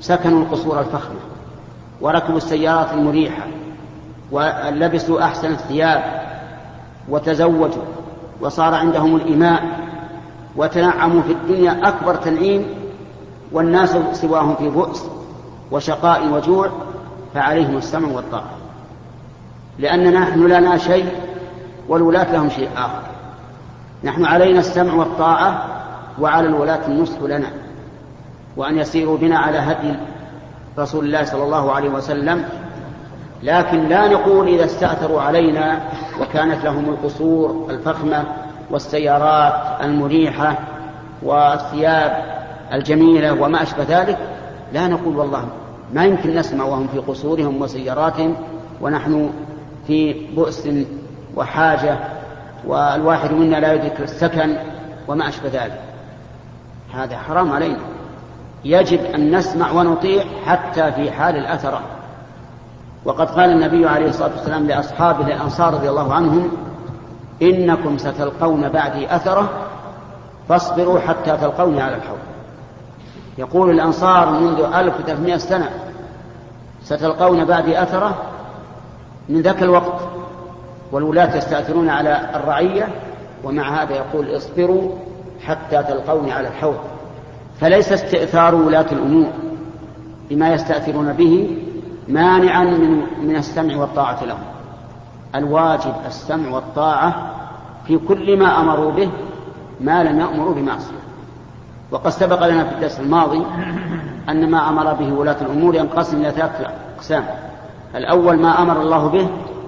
سكنوا القصور الفخمة وركبوا السيارات المريحة ولبسوا أحسن الثياب وتزوجوا وصار عندهم الإماء وتنعموا في الدنيا أكبر تنعيم، والناس سواهم في بؤس وشقاء وجوع، فعليهم السمع والطاعة، لأننا نحن لنا شيء والولاة لهم شيء آخر. نحن علينا السمع والطاعة، وعلى الولاة النصح لنا، وأن يسيروا بنا على هدي رسول الله صلى الله عليه وسلم. لكن لا نقول إذا استأثروا علينا وكانت لهم القصور الفخمة والسيارات المريحة والثياب الجميلة وما أشبه ذلك، لا نقول والله ما يمكن نسمع وهم في قصورهم وسياراتهم ونحن في بؤس وحاجة والواحد منا لا يدرك السكن وما أشبه ذلك. هذا حرام علينا، يجب أن نسمع ونطيع حتى في حال الأثرة. وقد قال النبي عليه الصلاة والسلام لأصحابه الأنصار رضي الله عنهم: إنكم ستلقون بعدي أثرة فاصبروا حتى تلقوني على الحوض. يقول الأنصار منذ 1300 سنة ستلقون بعدي أثرة، من ذاك الوقت والولاة يستأثرون على الرعية، ومع هذا يقول: اصبروا حتى تلقوني على الحوض. فليس استئثار ولاة الأمور بما يستأثرون به مانعا من السمع والطاعة لهم. الواجب السمع والطاعة في كل ما أمروا به ما لم يأمروا بمعصية. وقد سبق لنا في الدرس الماضي أن ما أمر به ولاة الأمور ينقسم إلى 3 أقسام. الأول ما أمر الله به،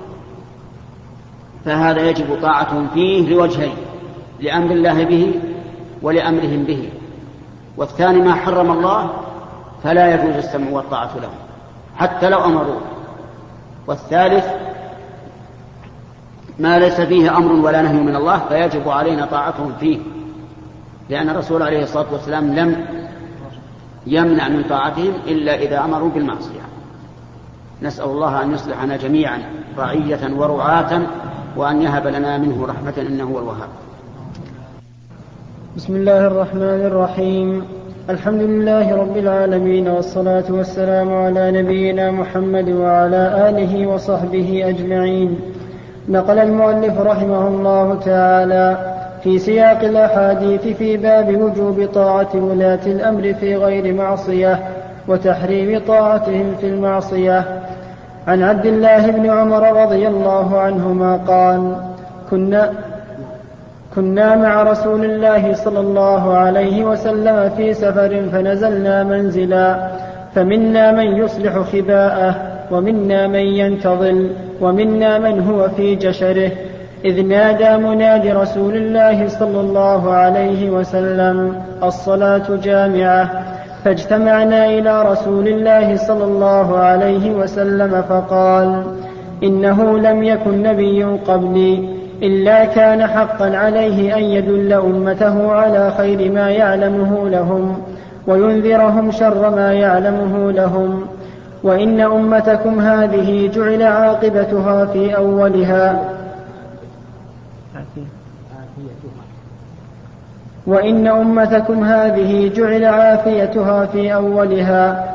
فهذا يجب طاعتهم فيه لوجهين: لأمر الله به ولأمرهم به. والثاني ما حرم الله، فلا يجوز السمع والطاعة لهم حتى لو أمروا. والثالث ما ليس فيه أمر ولا نهي من الله، فيجب علينا طاعتهم فيه، لأن الرسول عليه الصلاة والسلام لم يمنع من طاعتهم إلا إذا أمروا بالمعصية. نسأل الله أن يصلحنا جميعا رعية ورعاة، وأن يهب لنا منه رحمة إنه هو الوهاب. بسم الله الرحمن الرحيم. الحمد لله رب العالمين، والصلاة والسلام على نبينا محمد وعلى آله وصحبه أجمعين. نقل المؤلف رحمه الله تعالى في سياق الأحاديث في باب وجوب طاعة ولاة الأمر في غير معصية وتحريم طاعتهم في المعصية. عن عبد الله بن عمر رضي الله عنهما قال: كنا مع رسول الله صلى الله عليه وسلم في سفر فنزلنا منزلا، فمنا من يصلح خباءه، ومنا من ينتظل، ومنا من هو في جشره، إذ نادى منادي رسول الله صلى الله عليه وسلم: الصلاة جامعة. فاجتمعنا إلى رسول الله صلى الله عليه وسلم فقال: إنه لم يكن نبي قبلي إلا كان حقا عليه أن يدل أمته على خير ما يعلمه لهم وينذرهم شر ما يعلمه لهم، وإن أمتكم هذه جعل عاقبتها في أولها وإن أمتكم هذه جعل عافيتها في أولها،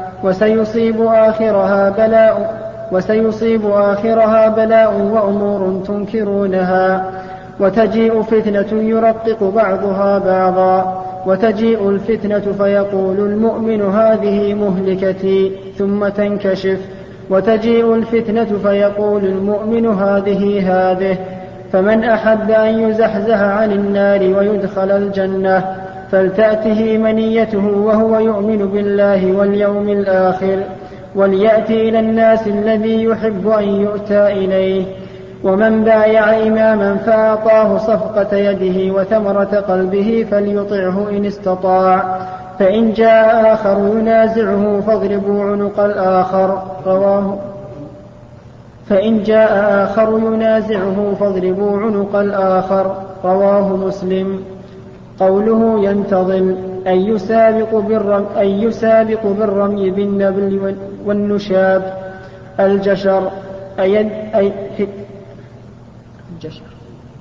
وسيصيب آخرها بلاء وأمور تنكرونها، وتجيء فتنة يرقق بعضها بعضا، وتجيء الفتنة فيقول المؤمن هذه مهلكتي ثم تنكشف، وتجيء الفتنة فيقول المؤمن هذه، فمن أحب أن يزحزح عن النار ويدخل الجنة فلتأته منيته وهو يؤمن بالله واليوم الآخر، وليأتي إلى الناس الذي يحب أن يؤتى إليه. ومن بايع إماما فأعطاه صفقة يده وثمرة قلبه فليطعه إن استطاع، فإن جاء آخر ينازعه فاضربوا عنق الآخر. رواه مسلم. قوله ينتظم أي يسابق بالرمي بالنبل والنشاب. الجشر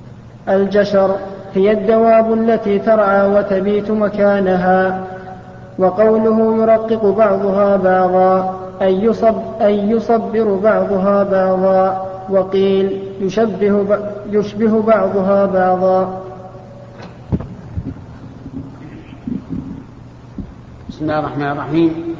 هي الدواب التي ترعى وتبيت مكانها. وقوله يرقق بعضها بعضا أي يصبر بعضها بعضا، وقيل يشبه بعضها بعضا. بسم الله الرحمن الرحيم.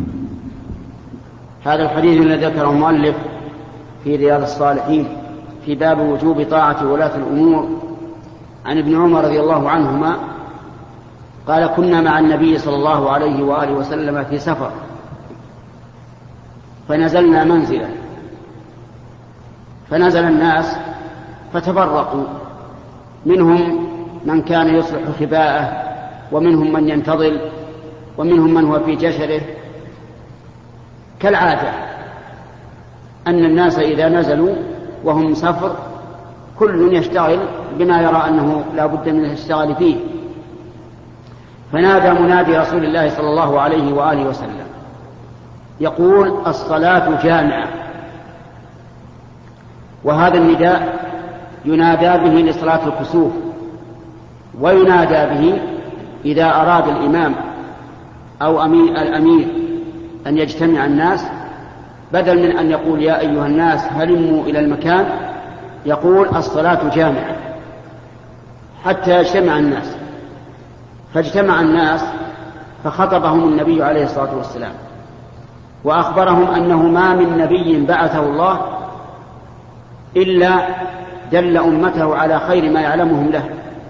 هذا الحديث الذي ذكره المؤلف في رياض الصالحين في باب وجوب طاعة ولاة الأمور عن ابن عمر رضي الله عنهما قال: كنا مع النبي صلى الله عليه وآله وسلم في سفر فنزلنا منزلا، فنزل الناس فتفرقوا، منهم من كان يصلح خباءه، ومنهم من ينتظل، ومنهم من هو في جشره. كالعادة أن الناس إذا نزلوا وهم سفر كل يشتغل بما يرى أنه لا بد من الاشتغال فيه. فنادى منادي رسول الله صلى الله عليه وآله وسلم يقول: الصلاة جامعة. وهذا النداء ينادى به لصلاة الكسوف، وينادى به إذا أراد الإمام أو الأمير أن يجتمع الناس، بدل من أن يقول: يا أيها الناس هلموا إلى المكان، يقول: الصلاة جامعة، حتى يجتمع الناس. فاجتمع الناس فخطبهم النبي عليه الصلاة والسلام وأخبرهم أنه ما من نبي بعثه الله إلا دل أمته على خير ما يعلمهم له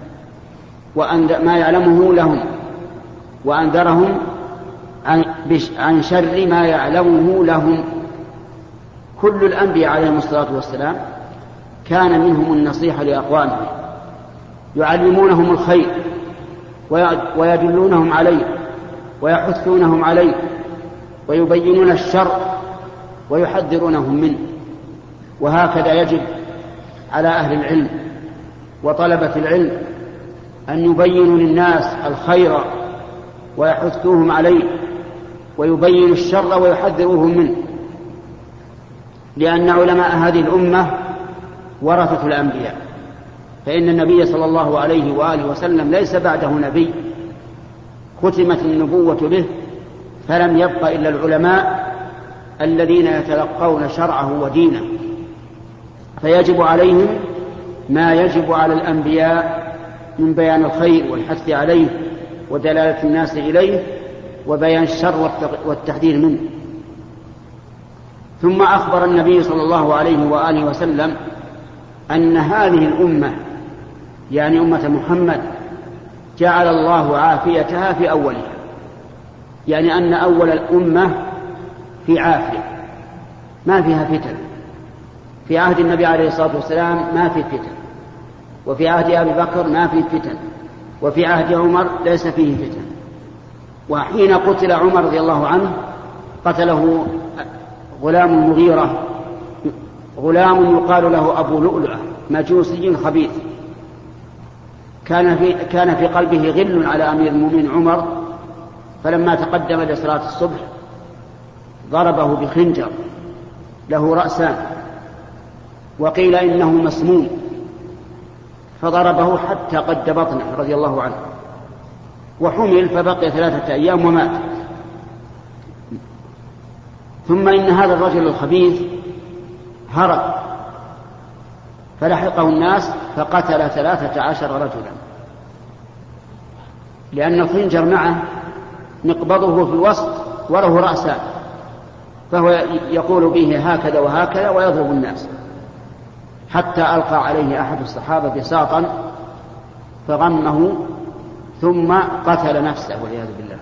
ما يعلمه لهم، وأنذرهم عن شر ما يعلمه لهم. كل الأنبياء عليهم الصلاة والسلام كان منهم النصيحة لأقوامهم، يعلمونهم الخير ويدلونهم عليه ويحثونهم عليه، ويبينون الشر ويحذرونهم منه. وهكذا يجب على أهل العلم وطلبة العلم أن يبينوا للناس الخير ويحثوهم عليه، ويبينوا الشر ويحذروهم منه، لأن علماء هذه الأمة ورثة الأنبياء. فإن النبي صلى الله عليه وآله وسلم ليس بعده نبي، ختمت النبوة به، فلم يبق إلا العلماء الذين يتلقون شرعه ودينه، فيجب عليهم ما يجب على الأنبياء من بيان الخير والحث عليه ودلالة الناس إليه وبيان الشر والتحذير منه. ثم أخبر النبي صلى الله عليه وآله وسلم أن هذه الأمة، يعني أمة محمد، جعل الله عافيتها في أولها، يعني أن أول الأمة في عافية ما فيها فتن. في عهد النبي عليه الصلاة والسلام ما في فتن، وفي عهد أبي بكر ما في فتن، وفي عهد عمر ليس فيه فتن. وحين قتل عمر رضي الله عنه قتله غلام المغيرة، غلام يقال له أبو لؤلؤة، مجوسي خبيث، كان في قلبه غل على أمير المؤمنين عمر، فلما تقدم لصلاة الصبح ضربه بخنجر له رأسان، وقيل إنه مسموم، فضربه حتى قد بطنه رضي الله عنه، وحمل فبقي 3 أيام ومات. ثم إن هذا الرجل الخبيث هرب، فلحقه الناس فقتل 13 رجلا، لأن الخنجر معه نقبضه في الوسط وله رأسان، فهو يقول به هكذا وهكذا ويضرب الناس، حتى ألقى عليه أحد الصحابة بساطا فغمه ثم قتل نفسه والعياذ بالله.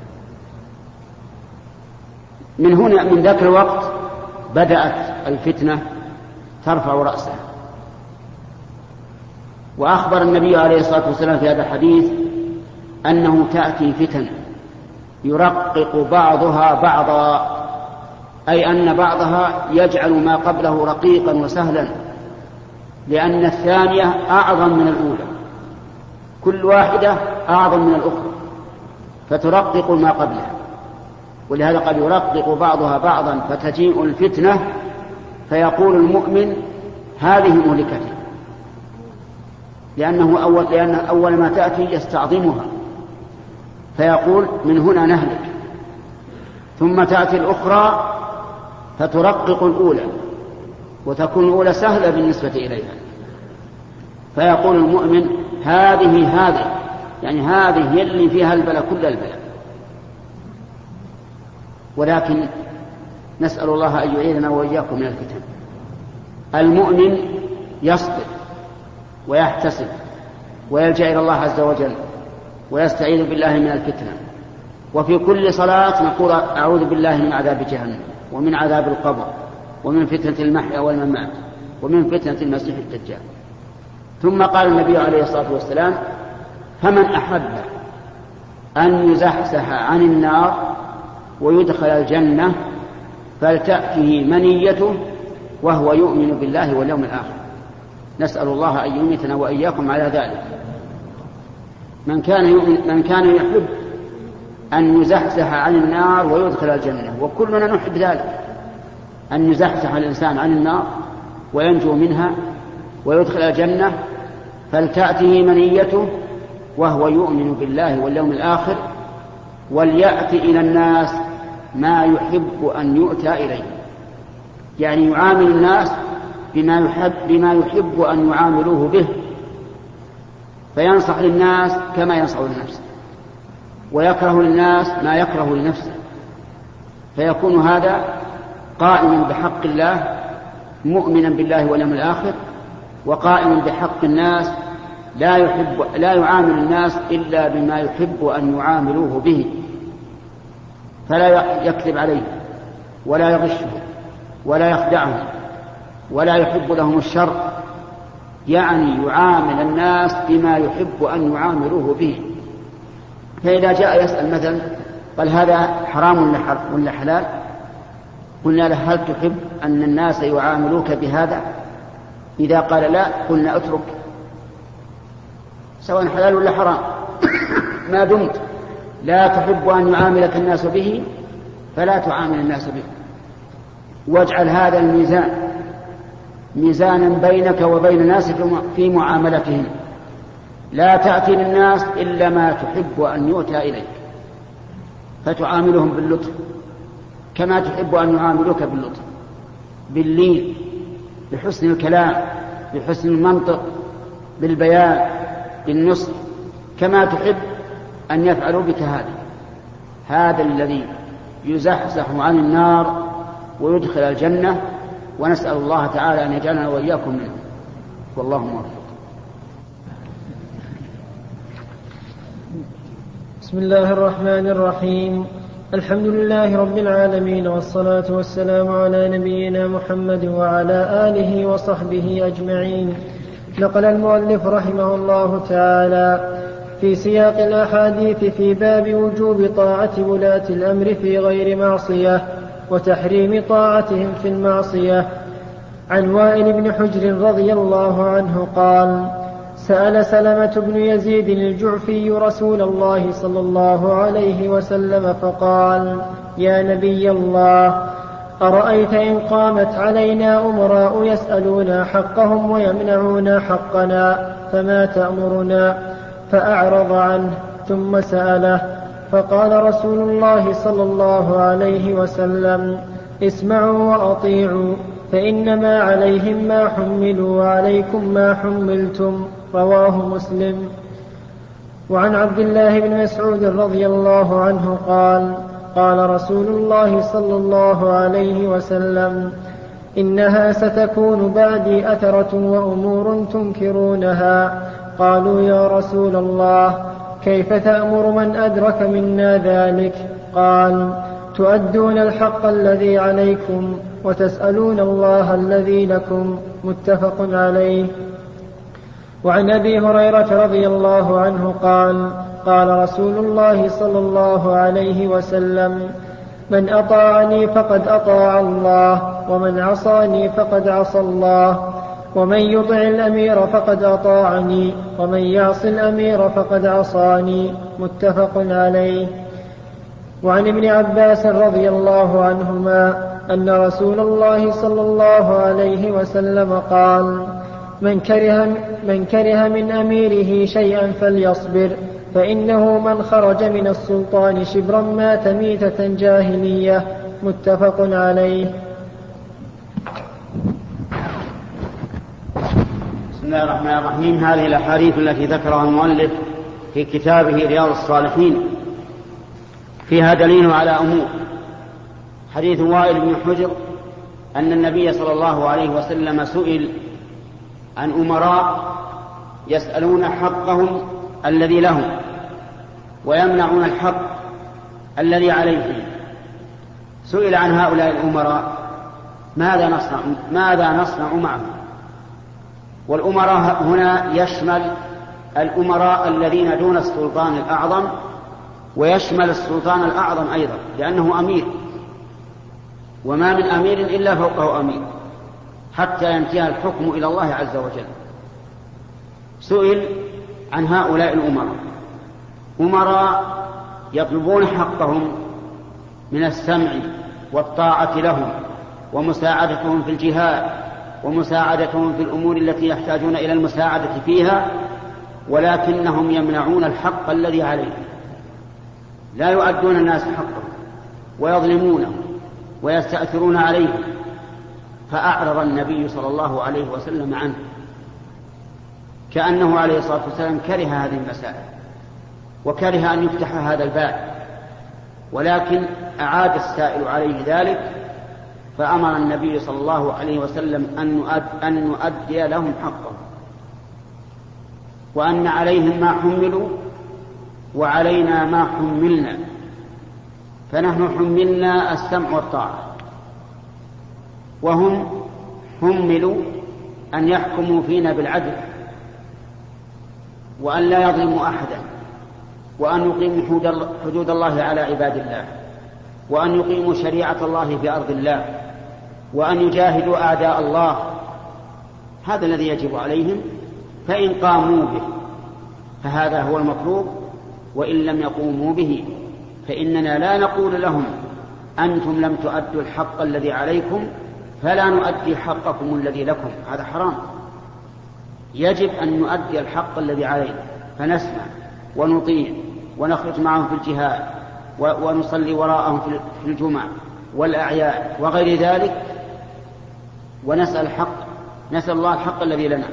من ذاك الوقت بدأت الفتنة ترفع رأسها. وأخبر النبي عليه الصلاة والسلام في هذا الحديث أنه تأتي فتن يرقق بعضها بعضا، أي أن بعضها يجعل ما قبله رقيقا وسهلا، لأن الثانية أعظم من الأولى، كل واحدة أعظم من الأخرى، فترقق ما قبلها. ولهذا قد يرقق بعضها بعضا فتجيء الفتنة فيقول المؤمن هذه مهلكتي، لأن أول ما تأتي يستعظمها، فيقول من هنا نهلك ثم تأتي الأخرى فترقق الأولى، وتكون الأولى سهلة بالنسبة إليها، فيقول المؤمن هذه يعني هذه هي اللي فيها البلاء كل البلاء. ولكن نسأل الله أن يعيذنا وإياكم من الفتن. المؤمن يصبر ويحتسب ويلجأ إلى الله عز وجل ويستعيذ بالله من الفتنة، وفي كل صلاة نقول أعوذ بالله من عذاب جهنم ومن عذاب القبر ومن فتنة المحيا والممات ومن فتنة المسيح الدجال. ثم قال النبي عليه الصلاة والسلام فمن أحب أن يزحزح عن النار ويدخل الجنة فلتأته منيته وهو يؤمن بالله واليوم الآخر. نسأل الله أن يميتنا وإياكم على ذلك. من كان يحب أن يزحزح عن النار ويدخل الجنة، وكلنا نحب ذلك، أن يزحزح الإنسان عن النار وينجو منها ويدخل الجنة، فلتأته منيته وهو يؤمن بالله واليوم الآخر، وليأتي إلى الناس ما يحب أن يؤتى إليه، يعني يعامل الناس بما يحب أن يعاملوه به، فينصح للناس كما ينصح لنفسه، ويكره للناس ما يكره لنفسه، فيكون هذا قائما بحق الله مؤمنا بالله واليوم الآخر، وقائما بحق الناس لا يعامل الناس إلا بما يحب أن يعاملوه به، فلا يكذب عليه ولا يغشه ولا يخدعهم ولا يحب لهم الشر، يعني يعامل الناس بما يحب أن يعاملوه به. فإذا جاء يسأل مثلا قال هذا حرام ولا حلال، قلنا له هل تحب أن الناس يعاملوك بهذا؟ إذا قال لا قلنا اترك، سواء حلال ولا حرام ما دمت لا تحب أن يعاملك الناس به فلا تعامل الناس به. واجعل هذا الميزان ميزانا بينك وبين الناس في معاملتهم، لا تأتي للناس إلا ما تحب أن يؤتى إليك، فتعاملهم باللطف كما تحب أن يعاملوك باللطف، باللين، بحسن الكلام، بحسن المنطق، بالبيان، بالنصح، كما تحب أن يفعلوا بك. هذا الذي يزحزح عن النار ويدخل الجنة، ونسأل الله تعالى أن يجعلنا وإياكم منه، والله موفق. بسم الله الرحمن الرحيم. الحمد لله رب العالمين، والصلاة والسلام على نبينا محمد وعلى آله وصحبه أجمعين. نقل المؤلف رحمه الله تعالى في سياق الأحاديث في باب وجوب طاعة ولاة الأمر في غير معصية وتحريم طاعتهم في المعصية، عن وائل بن حجر رضي الله عنه قال: سأل سلمة بن يزيد الجعفي رسول الله صلى الله عليه وسلم فقال: يا نبي الله، أرأيت إن قامت علينا أمراء يسألون حقهم ويمنعون حقنا فما تأمرنا؟ فأعرض عنه ثم سأله، فقال رسول الله صلى الله عليه وسلم: اسمعوا وأطيعوا، فإنما عليهم ما حملوا وعليكم ما حملتم. رواه مسلم. وعن عبد الله بن مسعود رضي الله عنه قال: قال رسول الله صلى الله عليه وسلم: إنها ستكون بعدي أثرة وأمور تنكرونها. قالوا: يا رسول الله، كيف تأمر من أدرك منا ذلك؟ قال: تؤدون الحق الذي عليكم وتسألون الله الذي لكم. متفق عليه. وعن أبي هريرة رضي الله عنه قال: قال رسول الله صلى الله عليه وسلم: من أطاعني فقد أطاع الله، ومن عصاني فقد عصى الله، ومن يطع الأمير فقد أطاعني، ومن يعص الأمير فقد عصاني. متفق عليه. وعن ابن عباس رضي الله عنهما أن رسول الله صلى الله عليه وسلم قال: من كره من أميره شيئا فليصبر، فإنه من خرج من السلطان شبرا مات ميتة جاهلية. متفق عليه. بسم الله الرحمن الرحيم. هذه الأحاديث التي ذكرها المؤلف في كتابه رياض الصالحين فيها دليل على أمور. حديث وائل بن حجر أن النبي صلى الله عليه وسلم سئل عن أمراء يسألون حقهم الذي لهم ويمنعون الحق الذي عليهم. سئل عن هؤلاء الأمراء ماذا نصنع معهم. والأمراء هنا يشمل الأمراء الذين دون السلطان الأعظم، ويشمل السلطان الأعظم أيضا لأنه أمير، وما من أمير إلا فوقه أمير حتى ينتهي الحكم إلى الله عز وجل. سئل عن هؤلاء الأمراء، أمراء يطلبون حقهم من السمع والطاعة لهم ومساعدتهم في الجهاد ومساعدتهم في الأمور التي يحتاجون إلى المساعدة فيها، ولكنهم يمنعون الحق الذي عليهم، لا يؤدون الناس حقهم ويظلمونهم ويستأثرون عليهم. فأعرض النبي صلى الله عليه وسلم عنه، كأنه عليه الصلاة والسلام كره هذه المسائل وكره أن يفتح هذا الباب، ولكن أعاد السائل عليه ذلك، فأمر النبي صلى الله عليه وسلم أن نؤدي لهم حقهم، وأن عليهم ما حملوا وعلينا ما حملنا، فنحن حملنا السمع والطاعة، وهم حملوا أن يحكموا فينا بالعدل وأن لا يظلموا أحدا، وأن يقيموا حدود الله على عباد الله، وأن يقيموا شريعة الله في أرض الله، وأن يجاهدوا أعداء الله. هذا الذي يجب عليهم، فإن قاموا به فهذا هو المطلوب، وإن لم يقوموا به فإننا لا نقول لهم أنتم لم تؤدوا الحق الذي عليكم فلا نؤدي حقكم الذي لكم. هذا حرام. يجب أن نؤدي الحق الذي علينا، فنسمع ونطيع ونخرج معهم في الجهاد ونصلي وراءهم في الجمعة والأعياد وغير ذلك، ونسأل الله الحق الذي لنا.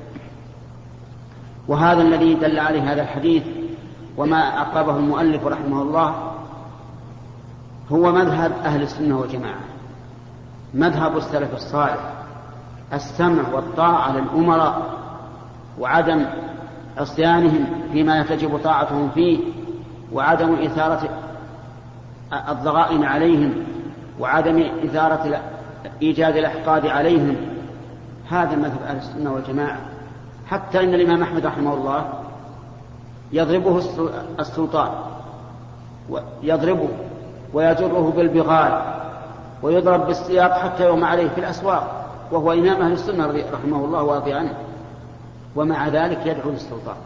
وهذا الذي دل عليه هذا الحديث وما أقربه المؤلف رحمه الله هو مذهب أهل السنة والجماعة، مذهب السلف الصالح، السمع والطاعة للأمراء وعدم عصيانهم فيما تجب طاعتهم فيه، وعدم إثارة الضغائن عليهم، وعدم إثارة إيجاد الأحقاد عليهم. هذا مذهب أهل السنة والجماعة. حتى إن الإمام أحمد رحمه الله يضربه السلطان، يضربه ويجره بالبغال ويضرب بالسياط حتى يغمى عليه في الأسواق، وهو إمام أهل السنة رحمه الله ورضي عنه، ومع ذلك يدعو للسلطان،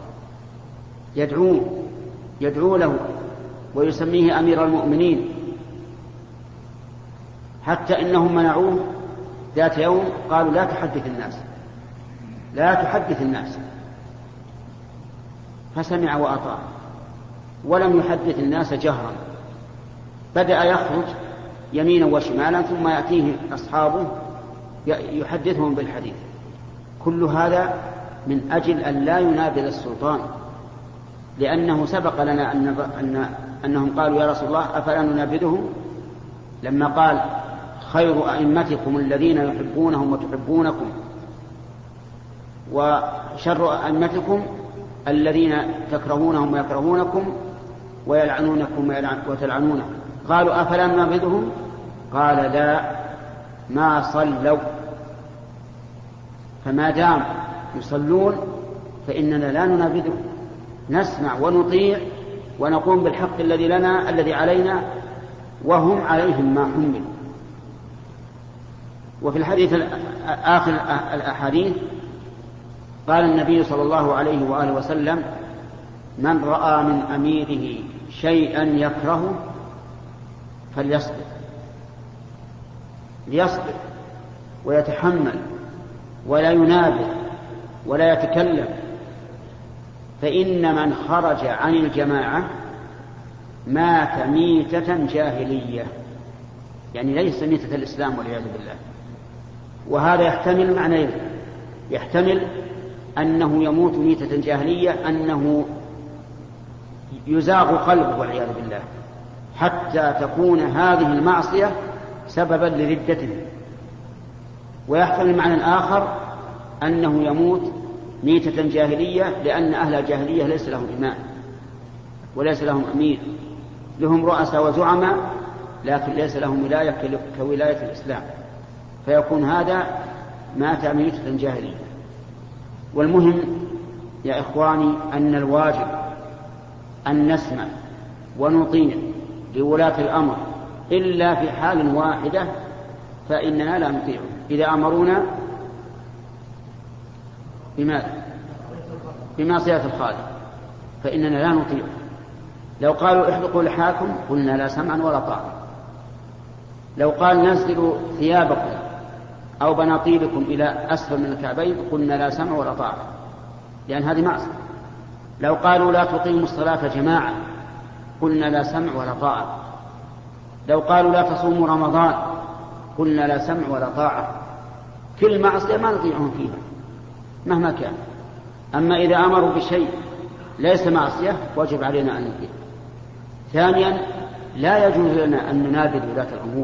يدعو له ويسميه أمير المؤمنين، حتى إنهم منعوه ذات يوم قالوا لا تحدث الناس، فسمع وأطاع ولم يحدث الناس جهرا، بدأ يخرج يمينا وشمالا ثم يأتيه أصحابه يحدثهم بالحديث. كل هذا من أجل أن لا ينابذ السلطان، لأنه سبق لنا أنهم قالوا يا رسول الله أفلا ننابذهم، لما قال خير أئمتكم الذين يحبونهم وتحبونكم، وشر أئمتكم الذين تكرهونهم ويكرهونكم ويلعنونكم وتلعنونهم. قالوا أفلا ننابذهم؟ قال لا، ما صلوا، فما دام يصلون فإننا لا ننابذهم، نسمع ونطيع ونقوم بالحق الذي لنا الذي علينا، وهم عليهم ما حملوا. وفي الحديث آخر الأحاديث قال النبي صلى الله عليه وآله وسلم من رأى من أميره شيئا يكرهه ليصبر ويتحمل ولا ينابه ولا يتكلم فإن من خرج عن الجماعة مات ميتة جاهلية، يعني ليس ميتة الإسلام والعياذ بالله. وهذا يحتمل معنيين: يحتمل أنه يموت ميتة جاهلية، أنه يزاغ قلبه والعياذ بالله حتى تكون هذه المعصية سببا لردته. ويحتمل المعنى الآخر أنه يموت ميتة جاهلية لأن أهل الجاهلية ليس لهم إمام وليس لهم أمير، لهم رؤساء وزعماء لكن ليس لهم ولاية كولاية الإسلام، فيكون هذا مات ميتة جاهلية. والمهم يا إخواني أن الواجب أن نسمع ونطيع لولاة الأمر إلا في حال واحدة، فإننا لا نطيعهم. إذا أمرونا بماذا؟ بمعصية الخالق فإننا لا نطيعهم. لو قالوا احلقوا لحاكم قلنا لا سمعا ولا طاعة. لو قال نزلوا ثيابكم أو بناطيلكم إلى أسفل من الكعبين قلنا لا سمع ولا طاعة، لأن هذه معصية. لو قالوا لا تقيموا الصلاة جماعة قلنا لا سمع ولا طاعة. لو قالوا لا تصوموا رمضان قلنا لا سمع ولا طاعة. كل معصية ما نطيعهم فيها مهما كان. أما إذا أمروا بشيء ليس معصية وجب علينا أن نطيع. ثانيا لا يجوز لنا أن ننادي ولاة الأمور.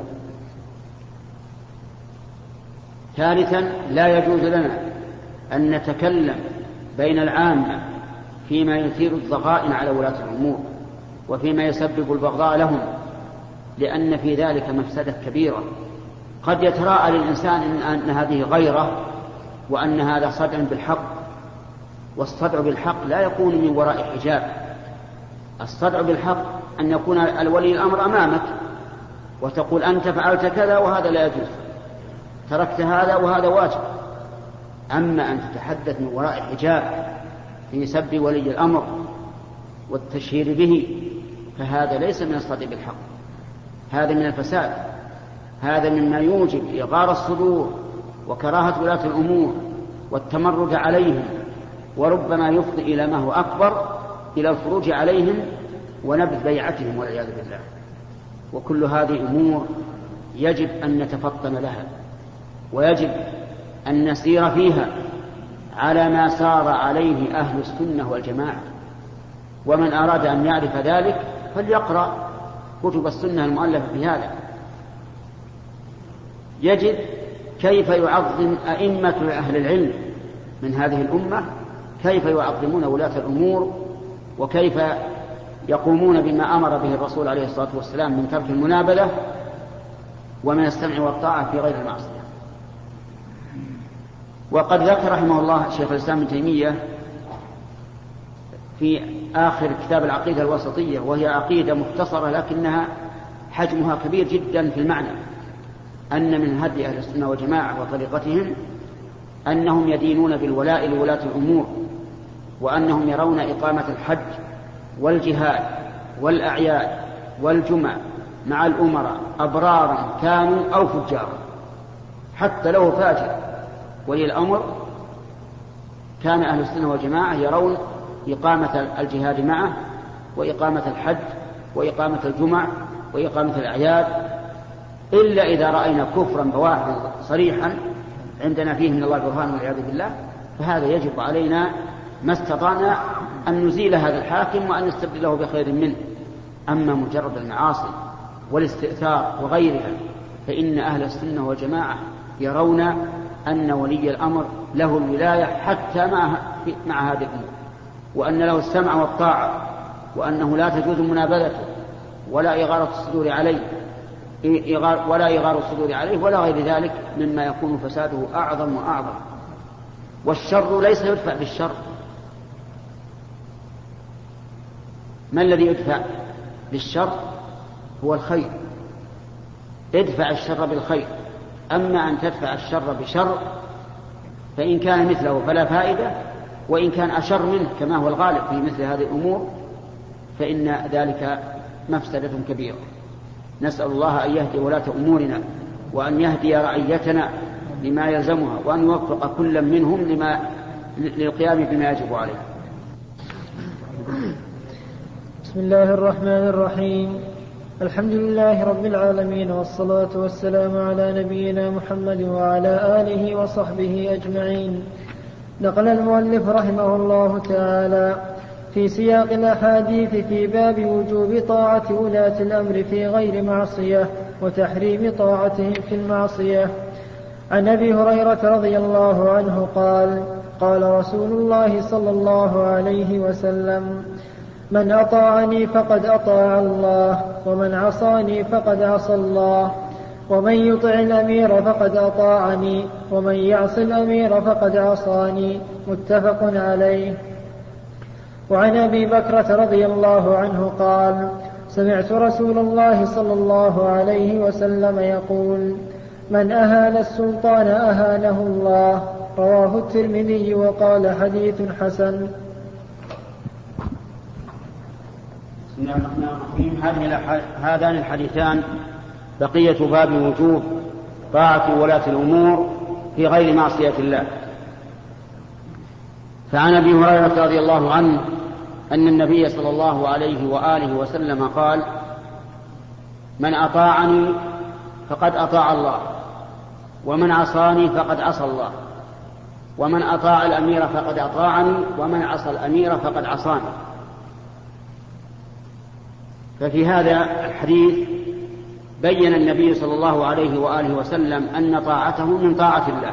ثالثا لا يجوز لنا أن نتكلم بين العامة فيما يثير الضغائن على ولاة الأمور وفيما يسبب البغضاء لهم، لأن في ذلك مفسدة كبيرة. قد يتراءى للإنسان أن هذه غيرة وأن هذا صدع بالحق، والصدع بالحق لا يكون من وراء حجاب. الصدع بالحق أن يكون الولي الأمر أمامك وتقول أنت فعلت كذا وهذا لا يجوز، تركت هذا وهذا واجب. أما أن تتحدث من وراء حجاب في سب ولي الأمر والتشهير به فهذا ليس من الصدع بالحق، هذا من الفساد، هذا مما يوجب إغار الصدور وكراهة ولاة الأمور والتمرد عليهم، وربما يفضي إلى ما هو أكبر، إلى الخروج عليهم ونبذ بيعتهم والعياذ بالله. وكل هذه أمور يجب أن نتفطن لها، ويجب أن نسير فيها على ما سار عليه أهل السنة والجماعة. ومن أراد أن يعرف ذلك فليقرأ كتب السنة المؤلفة في هذا، يجد كيف يعظم أئمة أهل العلم من هذه الأمة، كيف يعظمون ولاة الأمور، وكيف يقومون بما أمر به الرسول عليه الصلاة والسلام من ترك المنابذة ومن السمع والطاعة في غير المعصية. وقد ذكر رحمه الله شيخ الإسلام ابن تيمية في آخر كتاب العقيدة الوسطية، وهي عقيدة مختصرة لكنها حجمها كبير جدا في المعنى، أن من هدي أهل السنة والجماعة وطريقتهم أنهم يدينون بالولاء لولاة الأمور، وأنهم يرون إقامة الحج والجهاد والأعياد والجمع مع الأمراء أبرارا كانوا أو فجارا، حتى لو فاجر ولي الأمر كان أهل السنة والجماعة يرون إقامة الجهاد معه وإقامة الحج وإقامة الجمع وإقامة الأعياد، إلا إذا رأينا كفرا بواحا صريحا عندنا فيه من الله برهان والعياذ بالله، فهذا يجب علينا ما استطعنا أن نزيل هذا الحاكم وأن نستبدله بخير منه. أما مجرد المعاصي والاستئثار وغيرها فإن أهل السنة والجماعة يرون أن ولي الأمر له الولاية حتى مع هذه الأمور، وأن له السمع والطاعة، وأنه لا تجوز منابذته ولا إغارة الصدور عليه ولا غير ذلك مما يكون فساده أعظم وأعظم. والشر ليس يدفع بالشر. ما الذي يدفع بالشر؟ هو الخير. ادفع الشر بالخير. أما أن تدفع الشر بشر فإن كان مثله فلا فائدة، وإن كان أشر منه كما هو الغالب في مثل هذه الأمور فإن ذلك مفسدة كبيرة. نسأل الله أن يهدي ولاة أمورنا وأن يهدي رعيتنا لما يلزمها، وأن يوفق كل منهم للقيام بما يجب عليه. بسم الله الرحمن الرحيم. الحمد لله رب العالمين، والصلاة والسلام على نبينا محمد وعلى آله وصحبه أجمعين. نقل المؤلف رحمه الله تعالى في سياق الأحاديث في باب وجوب طاعة ولاة الأمر في غير معصية وتحريم طاعتهم في المعصية. عن أبي هريرة رضي الله عنه قال: قال رسول الله صلى الله عليه وسلم: من أطاعني فقد أطاع الله، ومن عصاني فقد عصى الله، ومن يطع الأمير فقد أطاعني، ومن يعص الأمير فقد عصاني. متفق عليه. وعن أبي بكرة رضي الله عنه قال: سمعت رسول الله صلى الله عليه وسلم يقول: من أهان السلطان أهانه الله. رواه الترمذي وقال: حديث حسن. بسم الله الرحمن الرحيم. هذان الحديثان بقية باب وجوب طاعة ولاة الأمور في غير معصية الله. فعن أبي هريرة رضي الله عنه أن النبي صلى الله عليه وآله وسلم قال: من أطاعني فقد أطاع الله، ومن عصاني فقد عصى الله، ومن أطاع الأمير فقد أطاعني، ومن عصى الأمير فقد عصاني. ففي هذا الحديث بين النبي صلى الله عليه وآله وسلم أن طاعته من طاعة الله.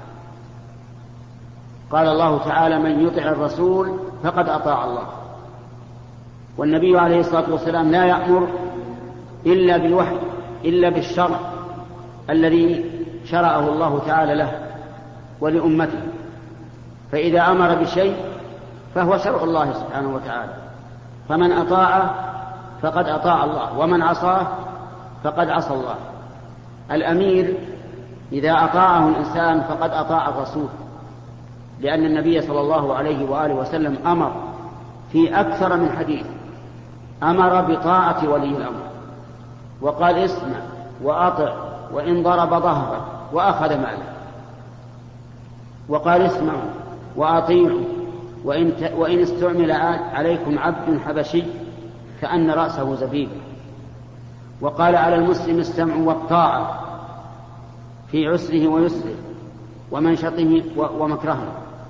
قال الله تعالى: من يطع الرسول فقد أطاع الله. والنبي عليه الصلاة والسلام لا يأمر إلا بالوحي، إلا بالشرع الذي شرعه الله تعالى له ولأمته. فإذا أمر بشيء فهو شرع الله سبحانه وتعالى. فمن أطاعه فقد أطاع الله، ومن عصاه فقد عصى الله. الأمير إذا أطاعه الإنسان فقد أطاع الرسول، لأن النبي صلى الله عليه وآله وسلم أمر في أكثر من حديث، أمر بطاعة ولي الأمر، وقال: اسمع وأطع وإن ضرب ظهرك وأخذ ماله. وقال: اسمعوا وأطيعوا وإن استعمل عليكم عبد حبشي كأن رأسه زبيب. وقال: على المسلم السمع والطاعة في عسره ويسره ومنشطه ومكرهه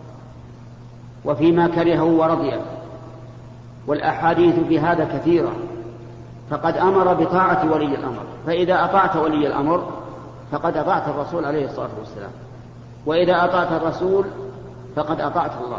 وفيما كرهه ورضيه. والأحاديث في هذا كثيرة. فقد أمر بطاعة ولي الأمر، فإذا أطعت ولي الأمر فقد أطعت الرسول عليه الصلاة والسلام، وإذا أطعت الرسول فقد أطعت الله.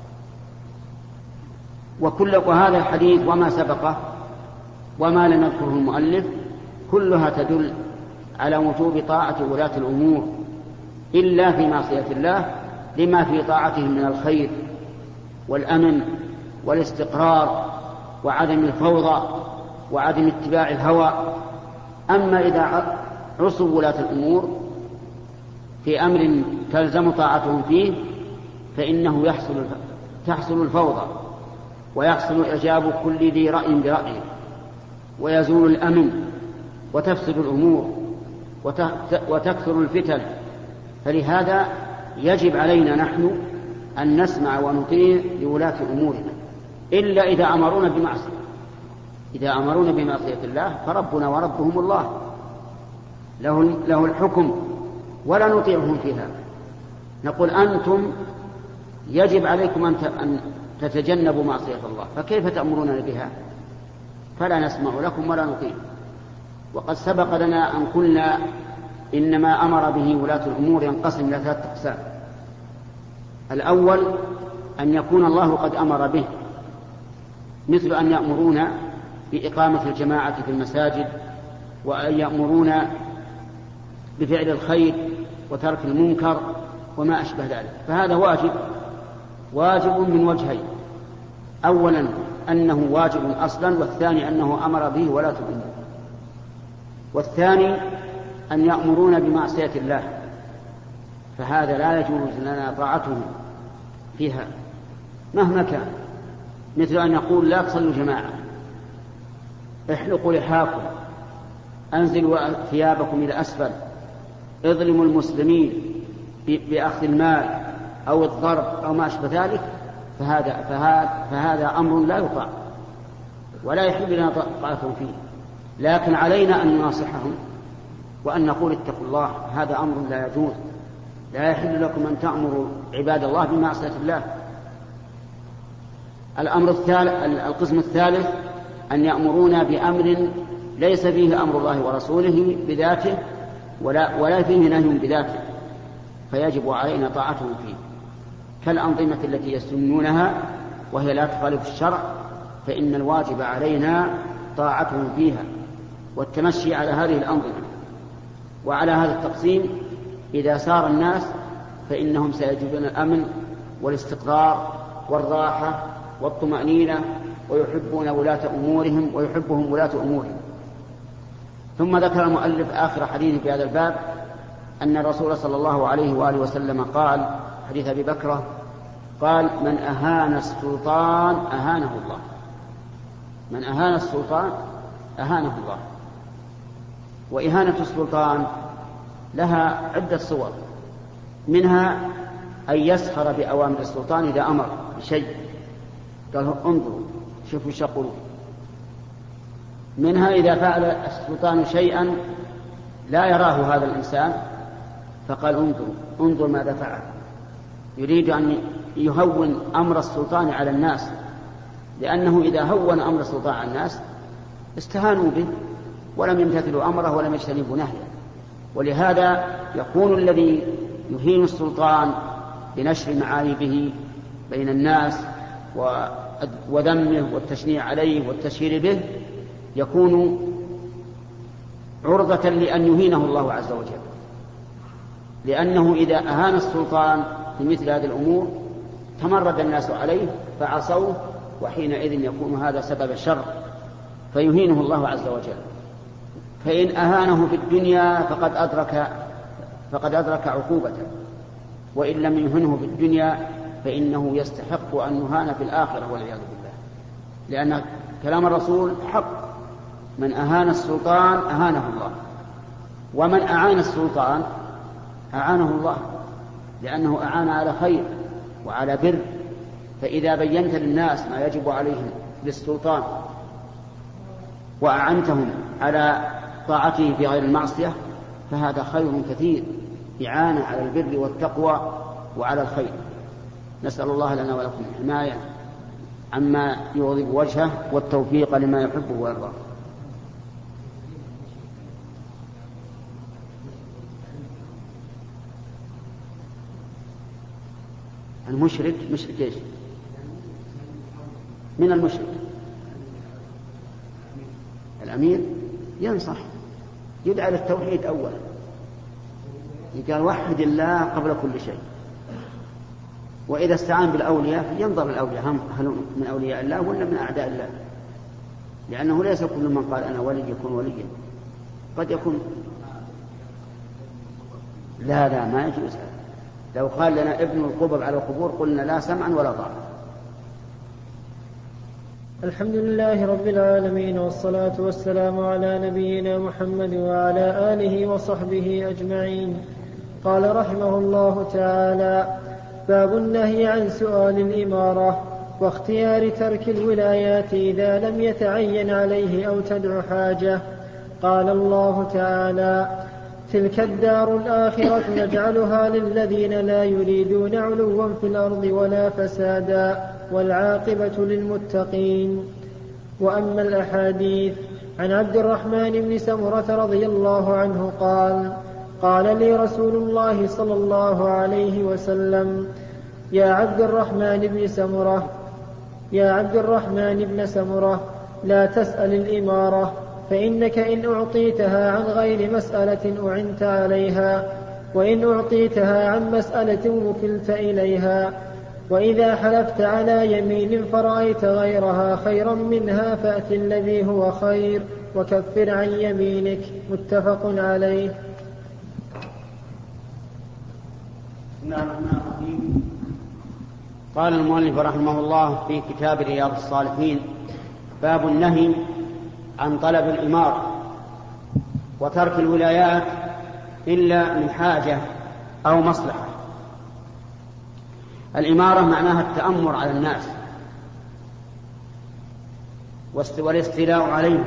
وهذا الحديث وما سبقه وما لم يذكره المؤلف كلها تدل على وجوب طاعة ولاة الأمور إلا في معصية الله، لما في طاعتهم من الخير والأمن والاستقرار وعدم الفوضى وعدم اتباع الهوى. أما إذا عصوا ولاة الأمور في أمر تلزم طاعتهم فيه فإنه تحصل الفوضى، ويحصل إعجاب كل ذي رأي برأيه، ويزول الأمن، وتفسد الأمور، وتكثر الفتن. فلهذا يجب علينا نحن أن نسمع ونطيع لولاة أمورنا، إلا إذا أمرونا بمعصية. إذا أمرونا بمعصية الله فربنا وربهم الله، له الحكم ولا نطيعهم فيها. نقول: أنتم يجب عليكم أن تتجنبوا معصية الله، فكيف تأمرون بها؟ فلا نسمع لكم ولا نطيع. وقد سبق لنا أن قلنا إنما أمر به ولاة الأمور ينقسم إلى 3 أقسام. الأول أن يكون الله قد أمر به، مثل أن يأمرون بإقامة الجماعة في المساجد، وأن يأمرون بفعل الخير وترك المنكر وما أشبه ذلك. فهذا واجب من وجهين: أولا أنه واجب أصلا، والثاني أنه أمر به ولاة الأمور. والثاني أن يأمرون بمعصية الله، فهذا لا يجوز لنا طاعتهم فيها مهما كان، مثل أن يقول: لا تصلوا جماعة، احلقوا لحاكم، أنزلوا ثيابكم إلى أسفل، اظلموا المسلمين بأخذ المال أو الضرب أو ما أشبه ذلك. فهذا أمر لا يطاع ولا يحل لنا طاعتهم فيه، لكن علينا أن نناصحهم وأن نقول اتقوا الله، هذا أمر لا يجوز، لا يحل لكم أن تأمروا عباد الله بمعصية الله. القسم الثالث أن يأمرونا بأمر ليس فيه أمر الله ورسوله بذاته ولا فيه نهي بذاته، فيجب علينا طاعتهم فيه، كالأنظمة التي يسنونها وهي لا تخالف الشرع، فإن الواجب علينا طاعتهم فيها والتمشي على هذه الأنظمة. وعلى هذا التقسيم إذا سار الناس فإنهم سيجدون الأمن والاستقرار والراحة والطمأنينة، ويحبون ولاة أمورهم ويحبهم ولاة أمورهم. ثم ذكر المؤلف آخر حديث في هذا الباب أن الرسول صلى الله عليه وآله وسلم قال، حديث أبي بكرة، قال: من أهان السلطان أهانه الله. من أهان السلطان أهانه الله. وإهانة السلطان لها عدة صور، منها أن يسخر بأوامر السلطان إذا أمر بشيء، قال انظروا شوفوا ايش يقولون. منها إذا فعل السلطان شيئا لا يراه هذا الإنسان فقال انظر ماذا فعل، يريد أن يهون أمر السلطان على الناس، لأنه إذا هون أمر السلطان على الناس استهانوا به ولم يمتثلوا أمره ولم يجتنبوا نهيه. ولهذا يكون الذي يهين السلطان بنشر معايبه بين الناس وذمه والتشنيع عليه والتشهير به يكون عرضة لأن يهينه الله عز وجل، لأنه إذا أهان السلطان في مثل هذه الأمور تمرد الناس عليه فعصوه، وحينئذ يكون هذا سبب الشر فيهينه الله عز وجل. فإن أهانه في الدنيا فقد أدرك عقوبته، وإن لم يهنه في الدنيا فإنه يستحق أن يهان في الآخرة والعياذ بالله، لأن كلام الرسول حق: من أهان السلطان أهانه الله، ومن أعان السلطان أعانه الله، لأنه أعان على خير وعلى بر. فإذا بينت للناس ما يجب عليهم للسلطان وأعنتهم على طاعته في غير المعصية فهذا خير كثير، إعانة على البر والتقوى وعلى الخير. نسأل الله لنا ولكم الحماية عما يغضب وجهه والتوفيق لما يحبه ويرضاه. المشرك مشرك ايش؟ من المشرك الأمير ينصح، يدعى للتوحيد أولا، قال وحد الله قبل كل شيء. وإذا استعان بالأولياء ينظر الأولياء هل من أولياء الله ولا من أعداء الله، لأنه ليس كل من قال أنا ولي يكون وليا، قد يكون لا ما يجوز. لو قال لنا ابن القبب على القبور قلنا لا سمعا ولا طاعة. الحمد لله رب العالمين، والصلاة والسلام على نبينا محمد وعلى آله وصحبه أجمعين. قال رحمه الله تعالى: باب النهي عن سؤال الإمارة واختيار ترك الولايات إذا لم يتعين عليه أو تدع حاجة. قال الله تعالى: تلك الدار الآخرة نجعلها للذين لا يريدون علوا في الأرض ولا فسادا والعاقبة للمتقين. وأما الأحاديث: عن عبد الرحمن بن سمرة رضي الله عنه قال: قال لي رسول الله صلى الله عليه وسلم: يا عبد الرحمن بن سمرة لا تسأل الإمارة، فإنك إن أعطيتها عن غير مسألة أعنت عليها، وإن أعطيتها عن مسألة وكلت إليها، وإذا حلفت على يمين فرأيت غيرها خيرا منها فأت الذي هو خير وكفر عن يمينك. متفق عليه. قال المؤلف رحمه الله في كتاب رياض الصالحين: باب النهي عن طلب الإمارة وترك الولايات إلا من حاجة أو مصلحة. الإمارة معناها التأمر على الناس والاستيلاء عليهم،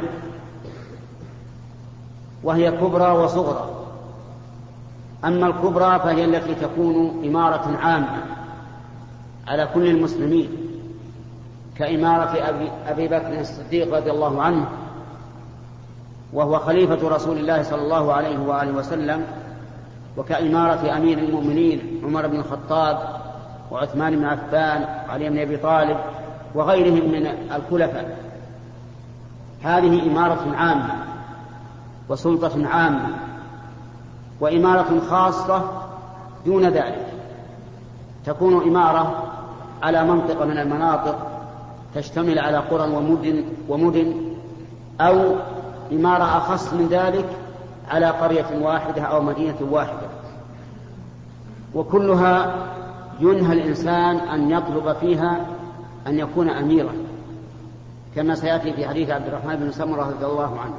وهي كبرى وصغرى. أما الكبرى فهي التي تكون إمارة عامة على كل المسلمين، كإمارة أبي بكر الصديق رضي الله عنه وهو خليفة رسول الله صلى الله عليه وآله وسلم، وكإمارة أمير المؤمنين عمر بن الخطاب وعثمان بن عفان وعلي بن أبي طالب وغيرهم من الخلفاء. هذه إمارة عامة وسلطة عامة. وإمارة خاصة دون ذلك تكون إمارة على منطقة من المناطق تشتمل على قرى ومدن، أو إمارة أخص من ذلك على قرية واحدة أو مدينة واحدة، وكلها ينهى الإنسان أن يطلب فيها أن يكون أميرا، كما سيأتي في حديث عبد الرحمن بن سمرة رضي الله عنه.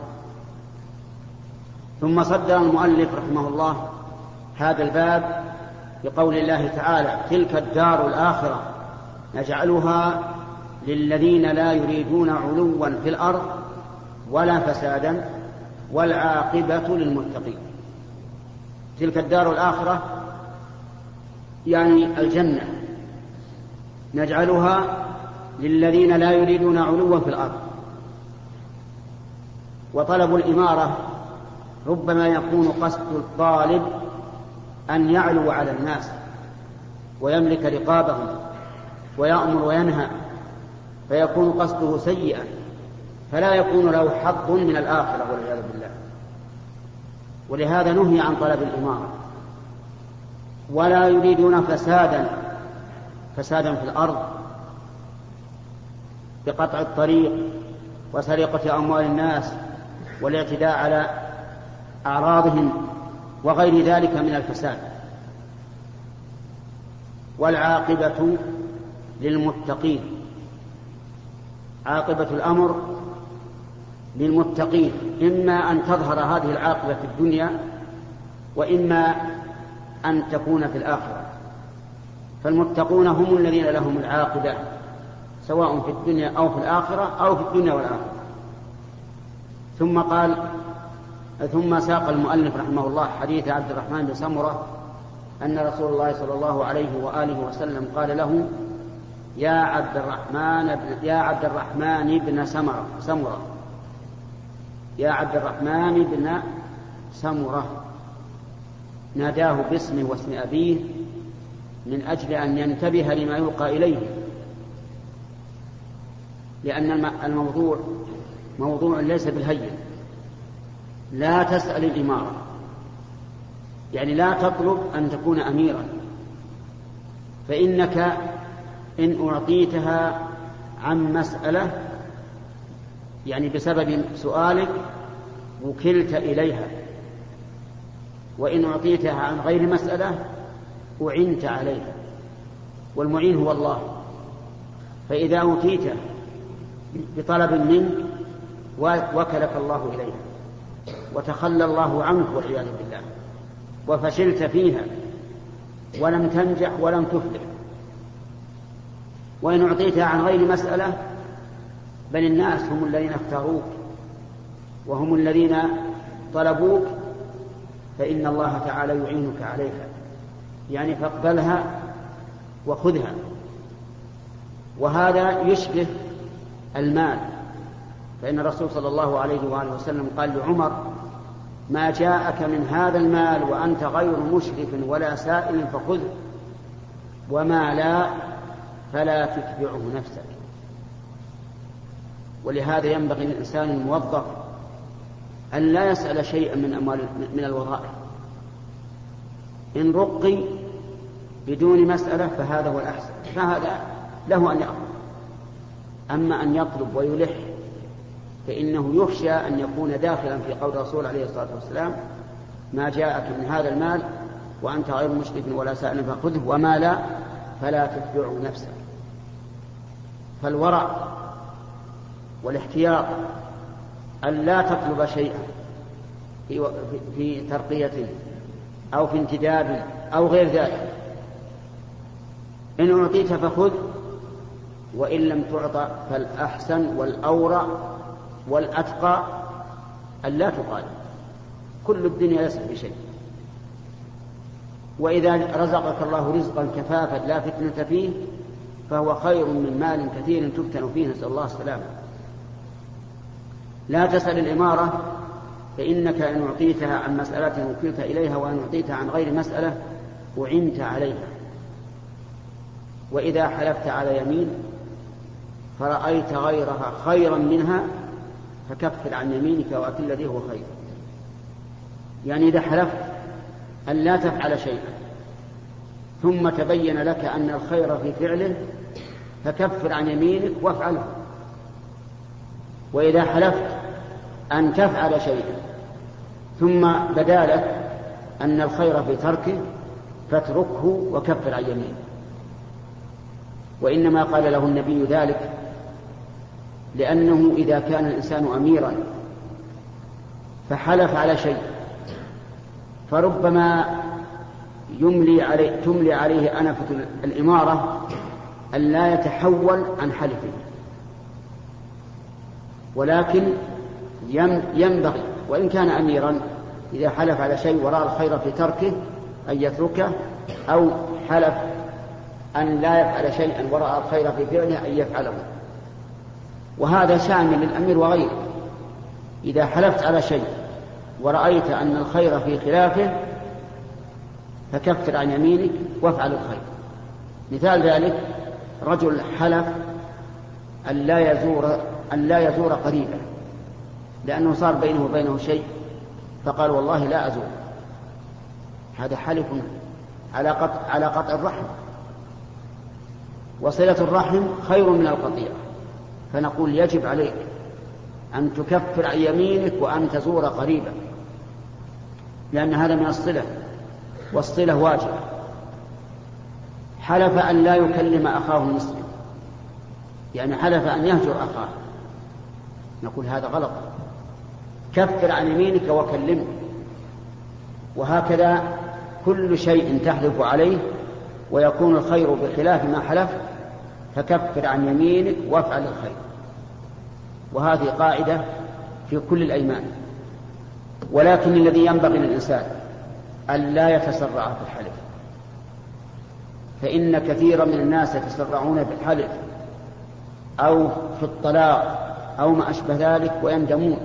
ثم صدر المؤلف رحمه الله هذا الباب بقول الله تعالى: تلك الدار الآخرة نجعلها للذين لا يريدون علوا في الأرض ولا فسادا والعاقبة للمتقين. تلك الدار الآخرة يعني الجنة، نجعلها للذين لا يريدون علوا في الأرض. وطلب الإمارة ربما يكون قصد الطالب أن يعلو على الناس ويملك رقابهم ويأمر وينهى، فيكون قصده سيئا، فلا يكون له حظ من الآخرة والعياذ بالله. ولهذا نهي عن طلب الإمارة. ولا يريدون فسادا في الأرض بقطع الطريق وسرقة أموال الناس والاعتداء على أعراضهم وغير ذلك من الفساد. والعاقبة للمتقين، عاقبة الأمر للمتقين، إما أن تظهر هذه العاقبة في الدنيا وإما أن تكون في الآخرة. فالمتقون هم الذين لهم العاقبة سواء في الدنيا أو في الآخرة أو في الدنيا والآخرة. ثم ساق المؤلف رحمه الله حديث عبد الرحمن بن سمرة أن رسول الله صلى الله عليه وآله وسلم قال له: يا عبد الرحمن بن سمرة، يا عبد الرحمن بن سمرة، ناداه باسمه واسم أبيه من أجل أن ينتبه لما يلقى إليه، لأن الموضوع موضوع ليس بالهين. لا تسأل الإمارة، يعني لا تطلب أن تكون أميرا، فإنك إن أعطيتها عن مسألة يعني بسبب سؤالك وكلت إليها، وإن أعطيتها عن غير مسألة أعنت عليها، والمعين هو الله. فإذا أوتيت بطلب منك وكلك الله إليها وتخلى الله عنك والعياذ بالله وفشلت فيها ولم تنجح ولم تفلح. وإن أعطيتها عن غير مسألة بل الناس هم الذين اختاروك وهم الذين طلبوك، فإن الله تعالى يعينك عليها، يعني فاقبلها وخذها. وهذا يشبه المال، فإن الرسول صلى الله عليه وآله وسلم قال لعمر: ما جاءك من هذا المال وأنت غير مشرف ولا سائل فخذه، وما لا فلا تتبعه نفسك. ولهذا ينبغي للإنسان الموظف أن لا يسأل شيئا من الوظائف. إن رقي بدون مسألة فهذا هو الأحسن، فهذا له أن يأخذ. أما أن يطلب ويلح فإنه يخشى أن يكون داخلا في قول الرسول عليه الصلاة والسلام: ما جاءك من هذا المال وأنت غير مشرف ولا سائل فخذه، وما لا فلا تتبعه نفسك. فالورع والاحتياط أن لا تطلب شيئا في ترقية أو في انتداب أو غير ذلك، إن أعطيت فخذ، وإن لم تعط فالأحسن والأورع والأتقى أن لا تقال. كل الدنيا ليست بشيء. وإذا رزقك الله رزقا كفافا لا فتنة فيه فهو خير من مال كثير تفتن فيه، نسأل الله السلامة. لا تسأل الإمارة، فإنك إن أعطيتها عن مسألة وكلت إليها، وإن أعطيتها عن غير مسألة أعنت عليها. وإذا حلفت على يمين فرأيت غيرها خيرا منها فكفر عن يمينك وأكل الذي هو خير. يعني إذا حلفت أن لا تفعل شيئا ثم تبين لك أن الخير في فعله فكفر عن يمينك وافعله. وإذا حلفت أن تفعل شيئا ثم بدا لك أن الخير في تركه فاتركه وكفر عن يمينك. وإنما قال له النبي ذلك لأنه إذا كان الإنسان أميرا فحلف على شيء فربما تملي عليه أنفة الإمارة أن لا يتحول عن حلفه، ولكن ينبغي وإن كان أميرا إذا حلف على شيء ورأى الخير في تركه أن يتركه، أو حلف أن لا يفعل شيئا ورأى الخير في فعله أن يفعله. وهذا شامل للأمير وغيره. إذا حلفت على شيء ورأيت أن الخير في خلافه فكفر عن يمينك وافعل الخير. مثال ذلك رجل حلف أن لا يزور قريبا لأنه صار بينه وبينه شيء، فقال والله لا أزور. هذا حلف على قطع الرحم، وصلة الرحم خير من القطيعة. فنقول يجب عليك أن تكفر عن يمينك وأن تزور قريبا، لأن هذا من الصلة، والصلة واجبة. حلف أن لا يكلم أخاه المسلم، يعني حلف أن يهجر أخاه، نقول هذا غلط، كفر عن يمينك وكلمه. وهكذا كل شيء تحلف عليه ويكون الخير بخلاف ما حلفت فكفر عن يمينك وافعل الخير. وهذه قاعدة في كل الأيمان. ولكن الذي ينبغي للإنسان أن لا يتسرع في الحلف، فإن كثيرا من الناس يتسرعون في الحلف أو في الطلاق أو ما أشبه ذلك ويندمون.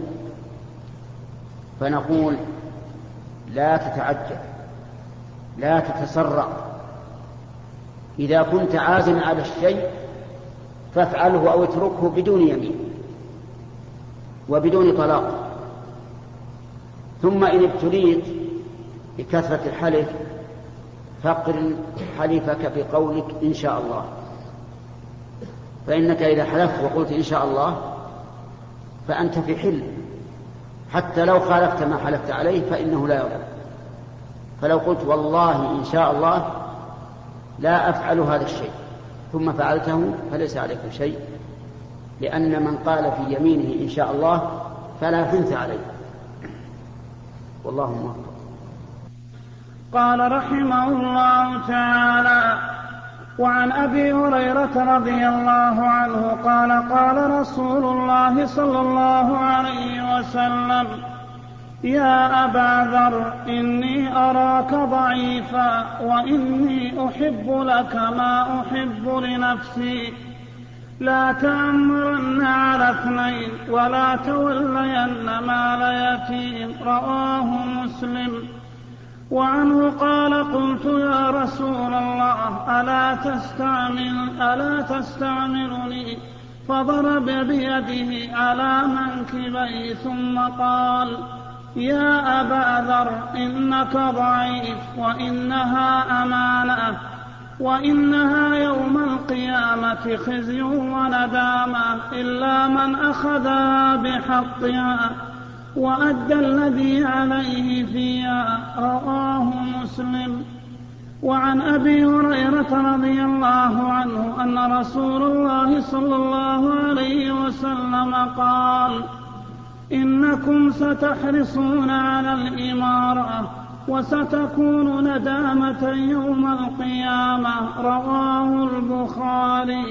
فنقول لا تتعجل، لا تتسرع. إذا كنت عازما على الشيء فافعله أو اتركه بدون يمين وبدون طلاق. ثم إن ابتليت بكثرة الحلف فاقرن حلفك بقولك إن شاء الله، فإنك إذا حلفت وقلت إن شاء الله فأنت في حل، حتى لو خالفت ما حلفت عليه فإنه لا يضر. فلو قلت والله إن شاء الله لا أفعل هذا الشيء ثم فعلته فليس عليك شيء، لأن من قال في يمينه إن شاء الله فلا حنث عليه. والله موفق. قال رحمه الله تعالى: وعن أبي هريرة رضي الله عنه قال: قال رسول الله صلى الله عليه وسلم: يا أبا ذر إني أراك ضعيفا وإني أحب لك ما أحب لنفسي، لا تأمرن على اثنين ولا تولين مال يتيم. رواه مسلم. وعنه قال: قلت يا رسول الله ألا تستعملني؟ فضرب بيده على منكبيه ثم قال: يا أبا ذر إنك ضعيف وإنها أمانة، وإنها يوم القيامة خزي وندامة إلا من أخذها بحقها وأدى الذي عليه فيها. رواه مسلم. وعن أبي هريرة رضي الله عنه أن رسول الله صلى الله عليه وسلم قال: إنكم ستحرصون على الإمارة وستكون ندامة يوم القيامة. رواه البخاري.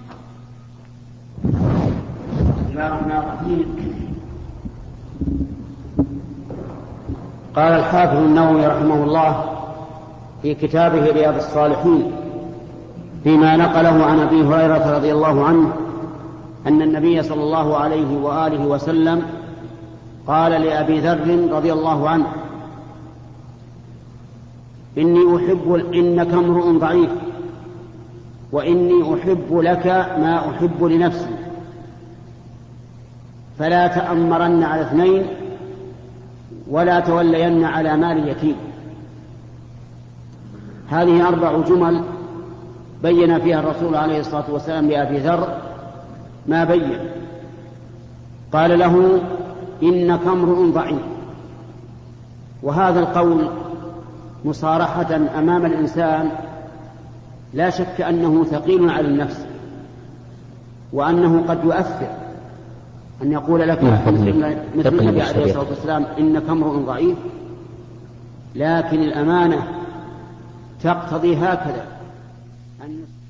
قال الحافظ النووي رحمه الله في كتابه رياض الصالحين فيما نقله عن أبي هريرة رضي الله عنه أن النبي صلى الله عليه وآله وسلم قال لأبي ذر رضي الله عنه: إنك امرؤ ضعيف، وإني أحب لك ما أحب لنفسي، فلا تأمرن على اثنين ولا تولين على مال يتيم. هذه 4 جمل بين فيها الرسول عليه الصلاة والسلام لأبي ذر ما بين. قال له: إنك امرؤ ضعيف. وهذا القول مصارحة أمام الإنسان لا شك أنه ثقيل على النفس، وأنه قد يؤثر أن يقول لك مثل النبي عليه الصلاة والسلام: إنك امرؤ ضعيف. لكن الأمانة تقتضي هكذا أن